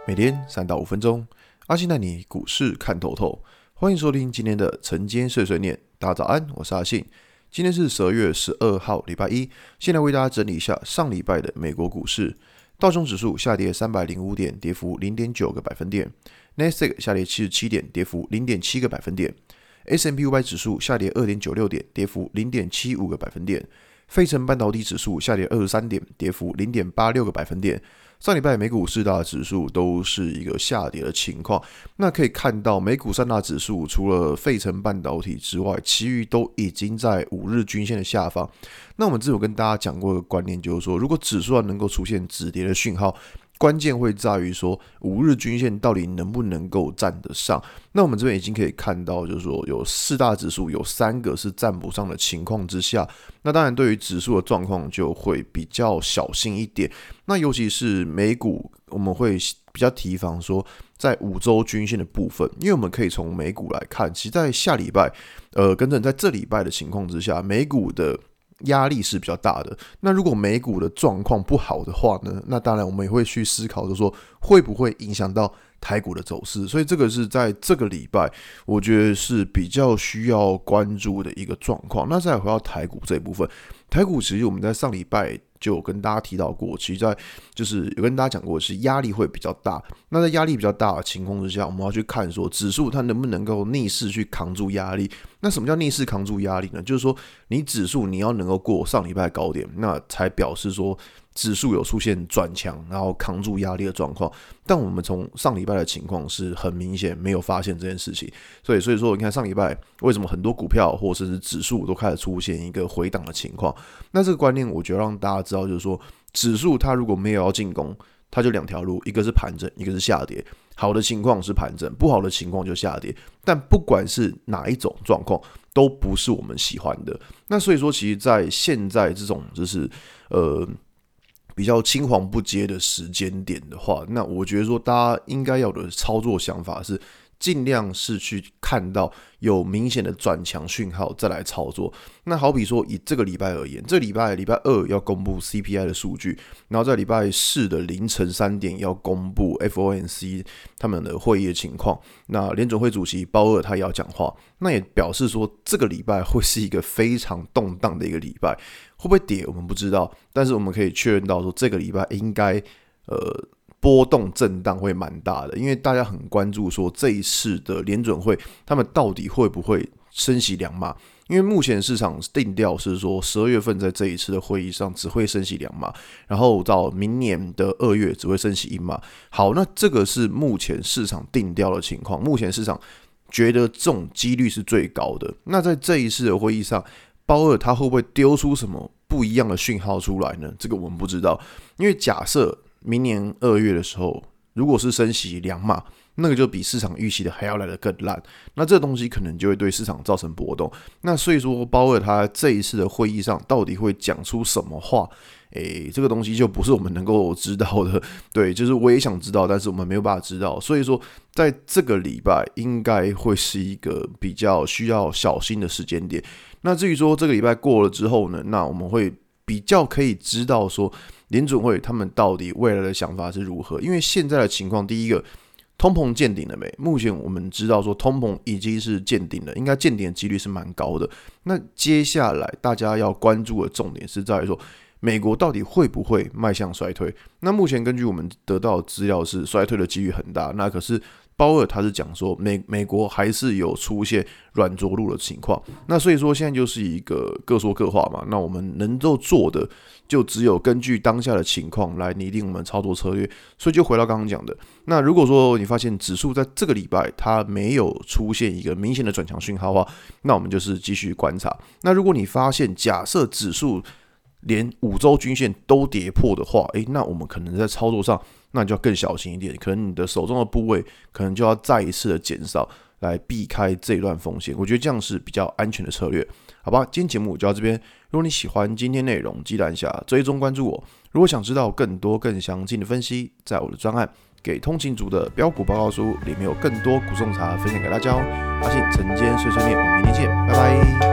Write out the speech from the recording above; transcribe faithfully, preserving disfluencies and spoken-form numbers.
每天三到五分钟，阿信带你股市看透透。欢迎收听今天的晨间碎碎念。大家早安，我是阿信。今天是十二月十二号，礼拜一。先来为大家整理一下上礼拜的美国股市。道琼指数下跌三百零五点，跌幅 零点九 个百分点。纳斯达克下跌七十七点，跌幅 零点七 个百分点。S and P 五百 指数下跌 二点九六点，跌幅 零点七五 个百分点。费城半导体指数下跌二十三点，跌幅 零点八六 个百分点。上礼拜美股四大指数都是一个下跌的情况，那可以看到美股三大指数除了费城半导体之外，其余都已经在五日均线的下方。那我们之前有跟大家讲过一个观念，就是说如果指数能够出现止跌的讯号，关键会在于说五日均线到底能不能够站得上。那我们这边已经可以看到，就是说有四大指数有三个是站不上的情况之下，那当然对于指数的状况就会比较小心一点。那尤其是美股，我们会比较提防说在五周均线的部分，因为我们可以从美股来看，其实在下礼拜呃，跟着在这礼拜的情况之下，美股的压力是比较大的。那如果美股的状况不好的话呢，那当然我们也会去思考，就是说会不会影响到台股的走势。所以这个是在这个礼拜，我觉得是比较需要关注的一个状况。那再回到台股这一部分，台股其实我们在上礼拜就有跟大家提到过，其实在就是有跟大家讲过，是压力会比较大。那在压力比较大的情况之下，我们要去看说指数它能不能够逆势去扛住压力。那什么叫逆势扛住压力呢？就是说你指数你要能够过上礼拜的高点，那才表示说指数有出现转强，然后扛住压力的状况。但我们从上礼拜的情况是很明显没有发现这件事情，所以所以说你看上礼拜为什么很多股票或者是指数都开始出现一个回档的情况？那这个观念我觉得让大家知道，就是说指数它如果没有要进攻，它就两条路，一个是盘整，一个是下跌。好的情况是盘整，不好的情况就下跌。但不管是哪一种状况，都不是我们喜欢的。那所以说，其实，在现在这种就是呃比较青黄不接的时间点的话，那我觉得说大家应该要的操作想法是，尽量是去看到有明显的转强讯号再来操作。那好比说以这个礼拜而言，这礼拜礼拜二要公布 C P I 的数据，然后在礼拜四的凌晨三点要公布 F O M C 他们的会议的情况。那联准会主席鲍尔他也要讲话，那也表示说这个礼拜会是一个非常动荡的一个礼拜。会不会跌我们不知道，但是我们可以确认到说这个礼拜应该呃。波动震荡会蛮大的，因为大家很关注说这一次的联准会他们到底会不会升息两码，因为目前市场定调是说十二月份在这一次的会议上只会升息两码，然后到明年的二月只会升息一码。好，那这个是目前市场定调的情况，目前市场觉得这种几率是最高的。那在这一次的会议上，鲍尔他会不会丢出什么不一样的讯号出来呢？这个我们不知道，因为假设明年二月的时候，如果是升息两码，那个就比市场预期的还要来得更烂，那这个东西可能就会对市场造成波动。那所以说，鲍尔他这一次的会议上到底会讲出什么话？诶，这个东西就不是我们能够知道的。对，就是我也想知道，但是我们没有办法知道。所以说，在这个礼拜应该会是一个比较需要小心的时间点。那至于说这个礼拜过了之后呢，那我们会比较可以知道说联准会他们到底未来的想法是如何。因为现在的情况，第一个，通膨见顶了没？目前我们知道说通膨已经是见顶了，应该见顶的几率是蛮高的。那接下来大家要关注的重点是在于说，美国到底会不会迈向衰退？那目前根据我们得到的资料是衰退的几率很大，那可是鲍尔他是讲说 美, 美国还是有出现软着陆的情况。那所以说现在就是一个各说各话嘛，那我们能够做的就只有根据当下的情况来拟定我们操作策略。所以就回到刚刚讲的，那如果说你发现指数在这个礼拜它没有出现一个明显的转强讯号的话，那我们就是继续观察。那如果你发现假设指数连五周均线都跌破的话，诶，那我们可能在操作上，那你就要更小心一点，可能你的手中的部位可能就要再一次的减少，来避开这一段风险。我觉得这样是比较安全的策略，好吧？今天节目就到这边。如果你喜欢今天内容，记得按下追踪关注我。如果想知道更多更详尽的分析，在我的专案给通勤族的标股报告书里面有更多股种茶分享给大家哦。阿信晨间碎碎念，我们明天见，拜拜。